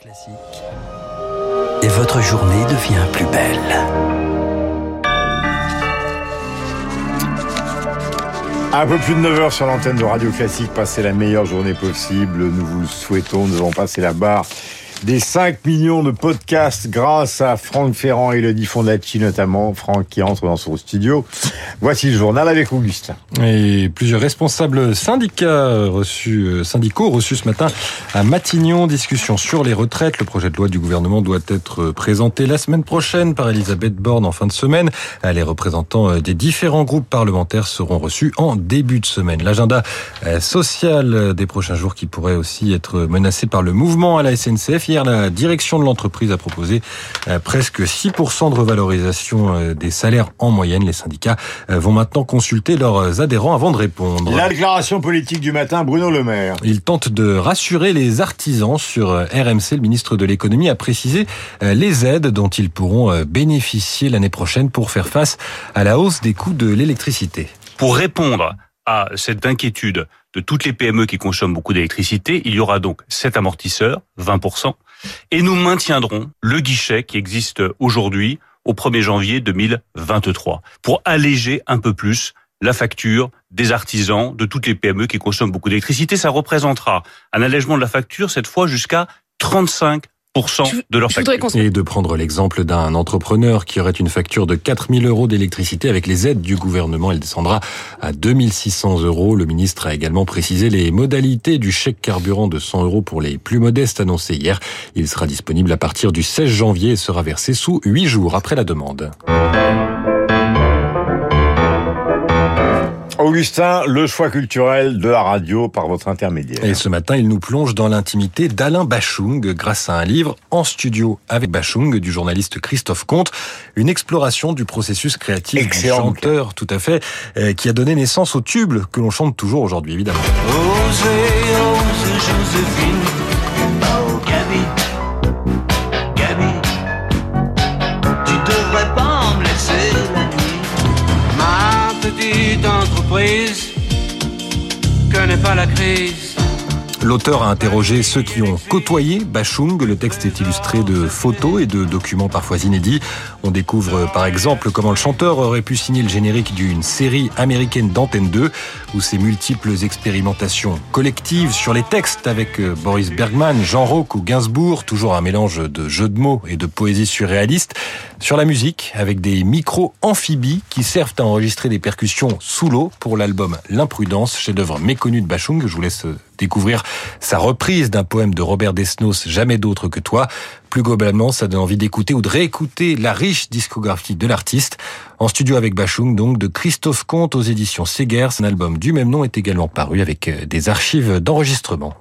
Classique. Et votre journée devient plus belle. Un peu plus de 9h sur l'antenne de Radio Classique. Passez la meilleure journée possible. Nous vous le souhaitons. Nous allons passer la barre des 5 millions de podcasts grâce à Franck Ferrand et Elodie Fondacci notamment. Franck qui entre dans son studio. Voici le journal avec Augustin. Et plusieurs responsables syndicaux reçus ce matin à Matignon. Discussion sur les retraites. Le projet de loi du gouvernement doit être présenté la semaine prochaine par Elisabeth Borne en fin de semaine. Les représentants des différents groupes parlementaires seront reçus en début de semaine. L'agenda social des prochains jours qui pourrait aussi être menacé par le mouvement à la SNCF. Hier, la direction de l'entreprise a proposé presque 6% de revalorisation des salaires en moyenne. Les syndicats vont maintenant consulter leurs adhérents avant de répondre. La déclaration politique du matin, Bruno Le Maire. Il tente de rassurer les artisans sur RMC. Le ministre de l'économie a précisé les aides dont ils pourront bénéficier l'année prochaine pour faire face à la hausse des coûts de l'électricité. Pour répondre à cette inquiétude de toutes les PME qui consomment beaucoup d'électricité, il y aura donc cet amortisseur, 20%, et nous maintiendrons le guichet qui existe aujourd'hui au 1er janvier 2023 pour alléger un peu plus la facture des artisans, de toutes les PME qui consomment beaucoup d'électricité. Ça représentera un allègement de la facture, cette fois jusqu'à 35% de leur facture. Et de prendre l'exemple d'un entrepreneur qui aurait une facture de 4 000 € d'électricité avec les aides du gouvernement. Elle descendra à 2 600 €. Le ministre a également précisé les modalités du chèque carburant de 100 € pour les plus modestes annoncé hier. Il sera disponible à partir du 16 janvier et sera versé sous 8 jours après la demande. Augustin, le choix culturel de la radio par votre intermédiaire. Et ce matin, il nous plonge dans l'intimité d'Alain Bashung grâce à un livre En studio avec Bashung du journaliste Christophe Comte. Une exploration du processus créatif Excellent, du chanteur, tout à fait, qui a donné naissance au tube que l'on chante toujours aujourd'hui, évidemment. Osez, osez, Joséphine. Oh, Gabi, tu devrais pas me laisser la nuit. Ma petite entreprise connaît pas la crise. L'auteur a interrogé ceux qui ont côtoyé Bashung. Le texte est illustré de photos et de documents parfois inédits. On découvre par exemple comment le chanteur aurait pu signer le générique d'une série américaine d'Antenne 2 ou ses multiples expérimentations collectives sur les textes avec Boris Bergman, Jean Rocque ou Gainsbourg. Toujours un mélange de jeux de mots et de poésie surréaliste. Sur la musique avec des micros amphibies qui servent à enregistrer des percussions sous l'eau pour l'album L'Imprudence, chef-d'œuvre méconnu de Bashung. Je vous laisse découvrir sa reprise d'un poème de Robert Desnos, Jamais d'autre que toi. Plus globalement, ça donne envie d'écouter ou de réécouter la riche discographie de l'artiste. En studio avec Bashung, donc, de Christophe Comte aux éditions Segers. Un album du même nom est également paru avec des archives d'enregistrement.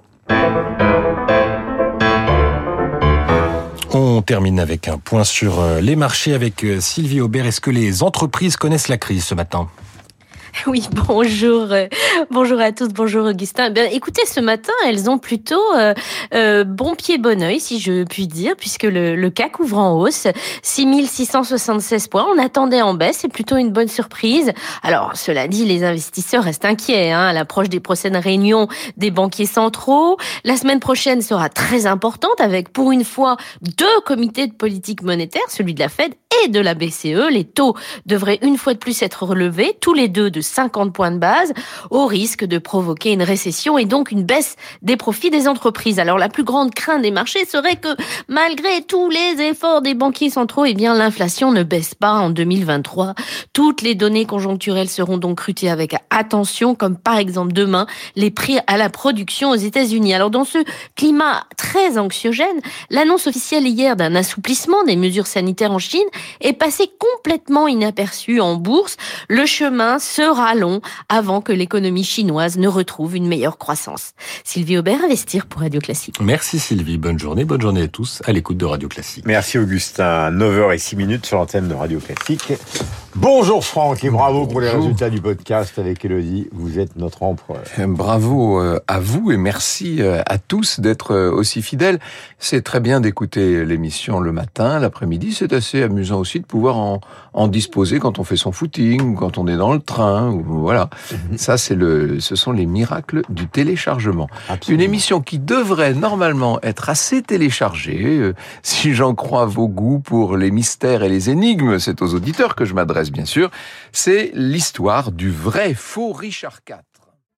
On termine avec un point sur les marchés avec Sylvie Aubert. Est-ce que les entreprises connaissent la crise ce matin ? Oui, bonjour à tous, bonjour Augustin. Bien, écoutez, ce matin, elles ont plutôt bon pied, bon oeil, si je puis dire, puisque le CAC ouvre en hausse, 6676 points. On attendait en baisse, c'est plutôt une bonne surprise. Alors, cela dit, les investisseurs restent inquiets à l'approche des prochaines réunions des banquiers centraux. La semaine prochaine sera très importante avec, pour une fois, 2 comités de politique monétaire, celui de la Fed et de la BCE. Les taux devraient une fois de plus être relevés, tous les deux de 50 points de base, au risque de provoquer une récession et donc une baisse des profits des entreprises. Alors la plus grande crainte des marchés serait que malgré tous les efforts des banquiers centraux, l'inflation ne baisse pas en 2023. Toutes les données conjoncturelles seront donc scrutées avec attention, comme par exemple demain les prix à la production aux États-Unis. Alors dans ce climat très anxiogène, l'annonce officielle hier d'un assouplissement des mesures sanitaires en Chine est passée complètement inaperçue en bourse. Le chemin sera long avant que l'économie chinoise ne retrouve une meilleure croissance. Sylvie Aubert, Investir pour Radio Classique. Merci Sylvie, bonne journée à tous à l'écoute de Radio Classique. Merci Augustin, 9h06 sur l'antenne de Radio Classique. Bonjour Franck et bravo pour les résultats du podcast avec Élodie. Vous êtes notre empereur. Bravo à vous et merci à tous d'être aussi fidèles. C'est très bien d'écouter l'émission le matin, l'après-midi. C'est assez amusant aussi de pouvoir en disposer quand on fait son footing, quand on est dans le train. Ou voilà. Ça, ce sont les miracles du téléchargement. Absolument. Une émission qui devrait normalement être assez téléchargée. Si j'en crois vos goûts pour les mystères et les énigmes, c'est aux auditeurs que je m'adresse bien sûr. C'est l'histoire du vrai faux Richard IV.